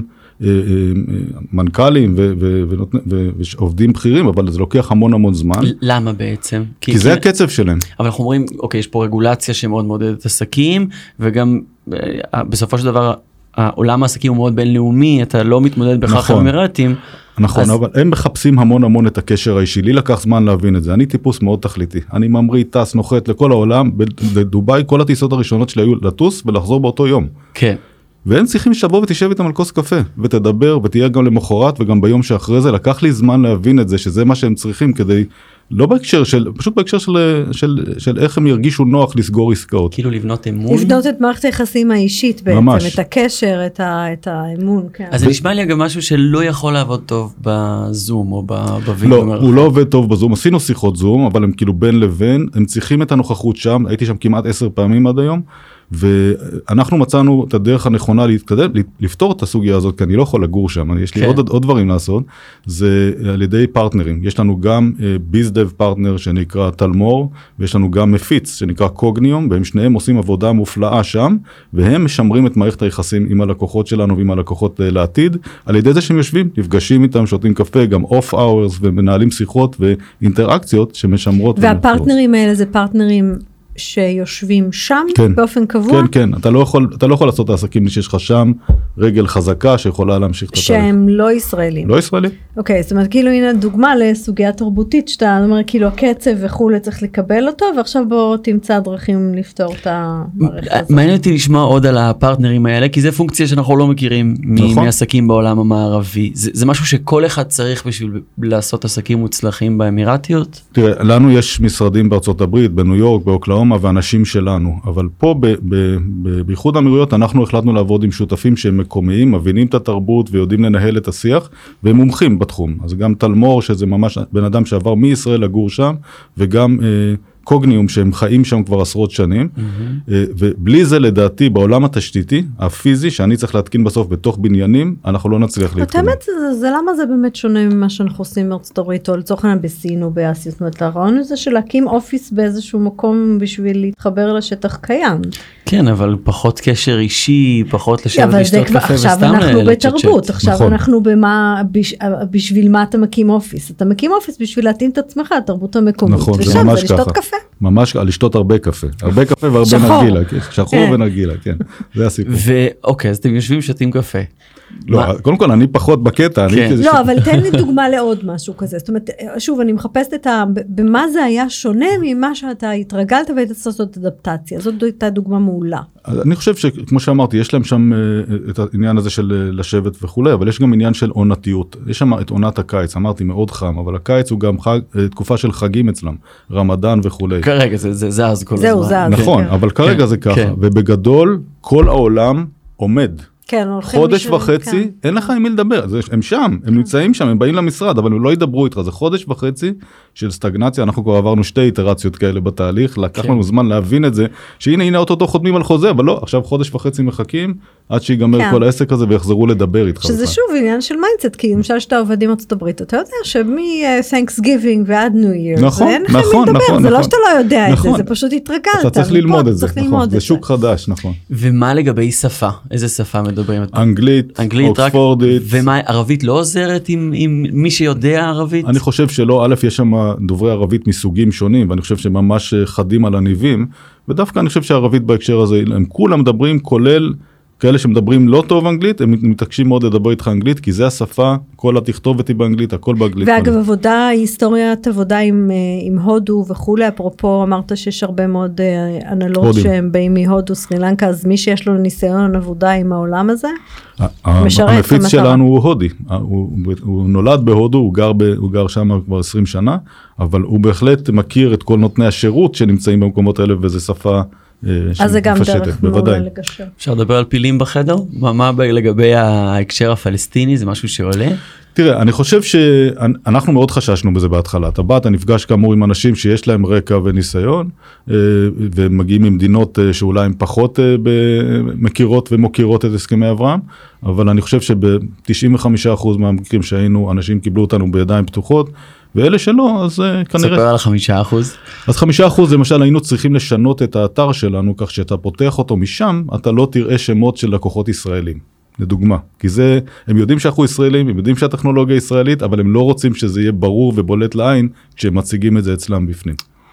מנכ"לים ועובדים בכירים, אבל זה לוקח המון המון זמן. למה בעצם? כי זה הקצב שלהם. אבל אנחנו אומרים, אוקיי, יש פה רגולציה שמאוד מעודדת עסקים, וגם בסופו של דבר, העולם העסקים הוא מאוד בינלאומי, אתה לא מתמודד בכך עם אמירתים. נכון, אבל הם מחפשים המון המון את הקשר האישי, לי לקח זמן להבין את זה, אני טיפוס מאוד תכליתי, אני ממריא, טס, נוחת לכל העולם, בדוביי כל הטיסות הראשונות שלי היו לטוס ולחזור באותו יום. כן. והם צריכים שתבוא ותשב איתם על כוס קפה, ותדבר, ותהיה גם למחרת וגם ביום שאחרי זה, לקח לי זמן להבין את זה, שזה מה שהם צריכים כדי, לא בהקשר של, פשוט בהקשר של, של, של איך הם ירגישו נוח לסגור עסקאות. כאילו לבנות אמון. לבנות את מערכת היחסים האישית בעצם, ממש. את הקשר, את, ה, את האמון. כן. אז זה נשמע לי גם משהו שלא יכול לעבוד טוב בזום או בווידאו. לא, הוא לא עובד טוב בזום, עשינו שיחות זום, אבל הם כאילו בין לבין, הם צריכים את הנוכחות שם, הייתי שם כמעט עשר פעמים עד היום, ואנחנו מצאנו את הדרך הנכונה להתקדם, לפתור את הסוגיה הזאת, כי אני לא יכול לגור שם, יש לי עוד, עוד דברים לעשות, זה על ידי פרטנרים, יש לנו גם ביזדב פרטנר שנקרא תלמור, ויש לנו גם מפיץ שנקרא קוגניום, והם שניהם עושים עבודה מופלאה שם, והם משמרים את מערכת היחסים עם הלקוחות שלנו ועם הלקוחות לעתיד, על ידי זה שהם יושבים, נפגשים איתם, שותים קפה, גם אוף אאורס, ומנהלים שיחות ואינטראקציות שמשמרות. והפרטנרים האלה זה פרטנרים שיושבים שם כן, באופן קבוע? כן, כן, אתה לא יכול, אתה לא יכול לעשות את העסקים שיש לך שם רגל חזקה שיכולה להמשיך את התהליך. שהם לא ישראלים. לא ישראלים. אוקיי, זאת אומרת, כאילו הנה דוגמה לסוגיה תרבותית, שאתה אומר, כאילו הקצב וכולי צריך לקבל אותו, ועכשיו בוא תמצא דרכים לפתור את המערכת הזאת. מעניין אותי לשמוע עוד על הפרטנרים האלה, כי זה פונקציה שאנחנו לא מכירים נכון. מעסקים בעולם המערבי. זה, זה משהו שכל אחד צריך בשביל לעשות עסקים מוצלחים באמירתיות? תראה, לנו יש משרדים בארצות הברית, בניו יורק, באוקלהומה, ואנשים שלנו, אבל פה בייחוד האמירויות אנחנו החלטנו לעבוד עם שותפים שהם מקומיים, מבינים את התרבות ויודעים לנהל את השיח, והם מומחים בתחום. אז גם תלמור, שזה ממש בן אדם שעבר מישראל לגור שם, וגם קוגניום שהם חיים שם כבר עשרות שנים, ובלי זה לדעתי בעולם התשתיתי, הפיזי, שאני צריך להתקין בסוף בתוך בניינים, אנחנו לא נצליח להתקדם. באמת, זה למה זה באמת שונה ממה שאנחנו עושים בארצות הברית, או לצורך העניין בסין או באסיה, זאת אומרת, הרעיון הזה של להקים אופיס באיזשהו מקום בשביל להתחבר לשטח קיים. כן, אבל פחות קשר אישי, פחות לשבת לשתות קפה וסתם עכשיו אנחנו בתרבות, עכשיו אנחנו במה, בשביל מה אתה מקים אופיס? אתה מקים אופיס בשביל להתאים את עצמך, התרבות המקומית, ושם זה לשתות קפה. ממש, לשתות הרבה קפה, הרבה קפה והרבה נרגילה, שחור ונרגילה, כן, זה הסיפור. ואוקיי, אז אתם יושבים שתים קפה. לא, קודם כל אני פחות בקטע. לא, אבל תן לי דוגמה לעוד משהו כזה, זאת אומרת, שוב, אני מחפשת את ה, במה זה היה שונה ממה שאתה התרגלת והיית לעשות אדפטציה, זאת הייתה דוגמה מעולה. אני חושב שכמו שאמרתי, יש להם שם את העניין הזה של לשבת וכולי, אבל יש גם עניין של עונתיות, יש שם את עונת הקיץ, אמרתי מאוד חם, אבל הקיץ הוא גם תקופה של חגים אצלם, רמדאן וכולי. כרגע זה זז כל הזמן. זהו, זז. נכון, אבל כרגע זה ככה, ובגדול כל העולם עומד. כן, חודש וחצי, כן. אין לך עם מי לדבר, הם שם, הם נמצאים שם, הם באים למשרד, אבל הם לא ידברו איתך, זה חודש וחצי של סטגנציה, אנחנו כבר עברנו שתי איטרציות כאלה בתהליך, לקח כן. לנו זמן להבין את זה, שהנה, הנה אותו חותמים על חוזה, אבל לא, עכשיו חודש וחצי מחכים, עד שיגמר כן. כל העסק הזה, ויחזרו לדבר איתך. שזה בכלל. שוב עניין של מיינדסט, כי למשל שאתה עובד עם ארצות הברית, אתה יודע שמ-Thanksgiving ועד New Year, נכון, ואין לך נכון, מי לדבר, נכון, זה נכון. לא שאתה לא יודע נכון. את זה, זה פשוט התרגלת. אתה צריך ללמוד את זה, נכון, זה שוק חדש, נכון. ומה לגבי שפה? איזה שפה מדברים? אנגלית, אוקספורדית. ומה, ערבית לא עוזרת עם, עם מי שיודע ערבית? אני חושב שלא, א', יש שם דוברי ערבית מסוגים שונים, ואני חושב שממש חדים על הניבים, ודווקא אני חושב שהערבית בהקשר הזה, הם כולם מדברים, כולל כאלה שמדברים לא טוב אנגלית, הם מתעקשים מאוד לדבר איתך אנגלית, כי זה השפה, כל התכתובת היא באנגלית, הכל באנגלית. ואגב, עבודה, היסטוריית עבודה עם, עם הודו וכולי, אפרופו, אמרת שיש הרבה מאוד הנהלות שהם באים מהודו, סרילנקה, אז מי שיש לו ניסיון עבודה עם העולם הזה, משרת. המפיץ שלנו הוא הודי, הוא, הוא נולד בהודו, הוא גר, ב, הוא גר שם כבר עשרים שנה, אבל הוא בהחלט מכיר את כל נותני השירות שנמצאים במקומות האלה, וזו שפה אז זה גם דרך מעולה לגשר. אפשר לדבר על פילים בחדר? מה לגבי ההקשר הפלסטיני? זה משהו שעולה? תראה, אני חושב שאנחנו מאוד חששנו בזה בהתחלה. אתה בא, אתה נפגש כאמור עם אנשים שיש להם רקע וניסיון, ומגיעים ממדינות שאולי הם פחות מכירות ומוכירות את הסכמי אברהם, אבל אני חושב שב-תשעים וחמישה אחוז מהמקרים שהיינו, אנשים קיבלו אותנו בידיים פתוחות, ואלה שלא, אז כנראה... ספר על חמישה אחוז. אז חמישה אחוז, למשל, היינו צריכים לשנות את האתר שלנו, כך שאתה פותח אותו משם, אתה לא תראה שמות של לקוחות ישראלים. לדוגמה. כי זה, הם יודעים שאנחנו ישראלים, הם יודעים שהטכנולוגיה ישראלית, אבל הם לא רוצים שזה יהיה ברור ובולט לעין, כשהם מציגים את זה אצלם בפנים.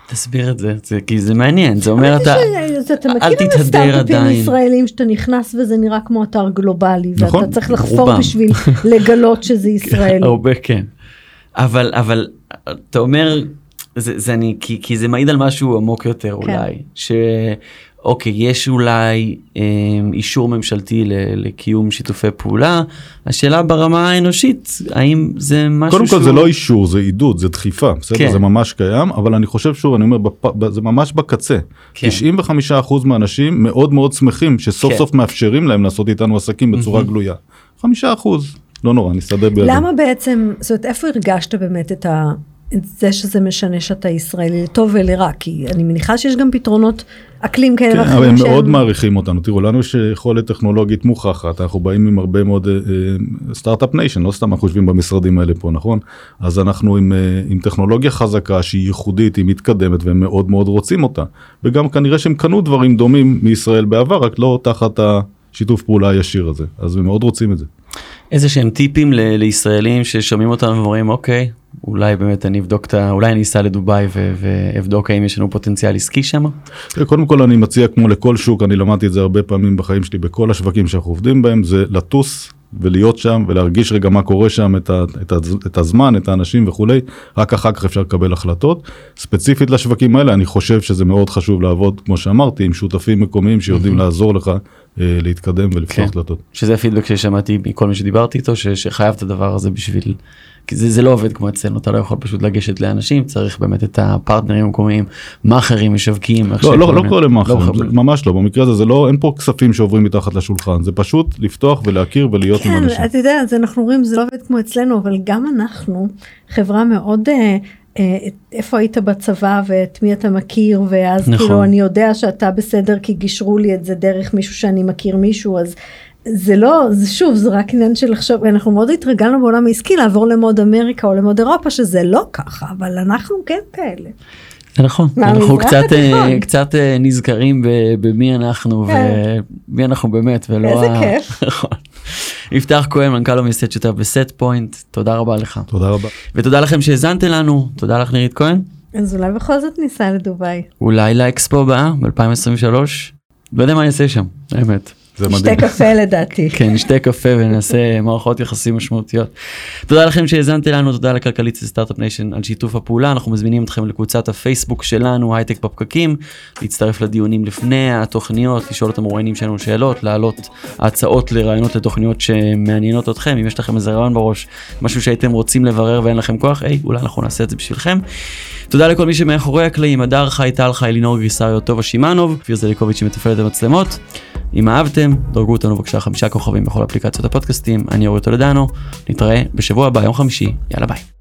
תסביר את זה, זה כי זה מעניין, זה אומר אתה, אתה אל מכיר תתהדר סטארט-אפים עדיין. ישראלים שאתה נכנס וזה נראה כמו אתר גלובלי, נכון, ואתה צריך לחפור רובם. בשביל לגלות שזה ישראלי. הרבה כן. אבל, אבל, אתה אומר, זה, זה אני, כי, כי זה מעיד על משהו עמוק יותר אולי, ש... אוקיי, יש אולי אה, אישור ממשלתי ל, לקיום שיתופי פעולה, השאלה ברמה האנושית, האם זה משהו קודם כל שהוא... זה לא אישור, זה עידוד, זה דחיפה, בסדר? כן. זה ממש קיים, אבל אני חושב שוב, אני אומר, בפ... זה ממש בקצה. כן. תשעים וחמישה אחוז מהאנשים מאוד מאוד שמחים, שסוף כן. סוף מאפשרים להם לעשות איתנו עסקים בצורה גלויה. חמישה אחוז, לא נורא, נסתדר בידו. למה בעצם, זאת אומרת, איפה הרגשת באמת את ה... את זה שזה משנה שאתה ישראלי לטוב ולרע, כי אני מניחה שיש גם פתרונות אקלים כאלה כן, אבל ואחרים הם שהם... מאוד מעריכים אותנו. תראו, לנו יש יכולת טכנולוגית מוכחת, אנחנו באים עם הרבה מאוד סטארט-אפ ניישן, לא סתם אנחנו חושבים במשרדים האלה פה, נכון? אז אנחנו עם, uh, עם טכנולוגיה חזקה שהיא ייחודית, היא מתקדמת, והם מאוד מאוד רוצים אותה. וגם כנראה שהם קנו דברים דומים מישראל בעבר, רק לא תחת השיתוף פעולה הישיר הזה. אז הם מאוד רוצים את זה. איזה שהם טיפים ל- לישראלים ששומעים אותנו ואומרים, אוקיי, אולי באמת אני אבדוק את ה... אולי אני אסע לדוביי ו- ואבדוק האם יש לנו פוטנציאל עסקי שם? קודם כל אני מציע כמו לכל שוק, אני למדתי את זה הרבה פעמים בחיים שלי, בכל השווקים שאנחנו עובדים בהם, זה לטוס ולהיות שם ולהרגיש רגע מה קורה שם, את, ה- את, ה- את הזמן, את האנשים וכולי, רק אחר כך אפשר לקבל החלטות. ספציפית לשווקים האלה, אני חושב שזה מאוד חשוב לעבוד, כמו שאמרתי, עם שותפים מקומיים שיודעים לעזור לך אה, להתקדם ולפתוח כן. דלתות. שזה הפידבק ששמעתי מכל מי שדיברתי איתו, ש- שחייב את הדבר הזה בשביל... כי זה, זה לא עובד כמו אצלנו, אתה לא יכול פשוט לגשת לאנשים, צריך באמת את הפרטנרים המקומיים, מאחרים, משווקים. לא, לא, לא כל מאחרים, ממש לא, במקרה הזה, זה לא, אין פה כספים שעוברים מתחת לשולחן, זה פשוט לפתוח ולהכיר ולהיות עם אנשים. כן, אתה יודע, אז אנחנו רואים, זה לא עובד כמו אצלנו, אבל גם אנחנו, חברה מאוד, אה, אה, איפה היית בצבא ואת מי אתה מכיר, ואז נכון. כאילו אני יודע שאתה בסדר, כי גישרו לי את זה דרך מישהו שאני מכיר מישהו, אז זה לא, זה שוב, זה רק עניין של לחשוב, אנחנו מאוד התרגלנו בעולם העסקי לעבור למוד אמריקה או למוד אירופה, שזה לא ככה, אבל אנחנו כן כאלה. זה נכון, מהמזרח אנחנו קצת, התיכון. קצת נזכרים ב- במי אנחנו כן. ומי אנחנו באמת, ולא... איזה ה- כיף. נכון. יפתח כהן, מנכ"ל ומייסד שותף בסט פוינט, תודה רבה לך. תודה רבה. ותודה לכם שהזנתם לנו, תודה לך נירית כהן. אז אולי בכל זאת ניסע לדוביי. אולי לאקספו הבאה ב-אלפיים עשרים ושלוש, לא יודע מה אני אעשה שם, האמת. זה שתי מדהים. קפה לדעתי. כן, נשתה קפה ונעשה מערכות יחסים משמעותיות. תודה לכם שהזנתם לנו, תודה לכלכלית סטארט-אפ ניישן על שיתוף הפעולה, אנחנו מזמינים אתכם לקבוצת הפייסבוק שלנו, הייטק בפקקים, להצטרף לדיונים לפני התוכניות, לשאול את המרואיינים שלנו שאלות, להעלות הצעות לרעיונות לתוכניות שמעניינות אתכם, אם יש לכם איזה רעיון בראש, משהו שהייתם רוצים לברר ואין לכם כוח, היי, אולי אנחנו נעשה את זה בשבילכם. תודה לכל מי שמאחורי הקלעים, הדר חי, טל חי, לינור גריסריו, טובה שימנוב, פיר זליקוביץ' שמתפעל את המצלמות. אם אהבתם, דרגו אותנו בבקשה חמישה כוכבים בכל אפליקציות הפודקאסטים. אני אורי טולדנו, נתראה בשבוע הבא, יום חמישי, יאללה ביי.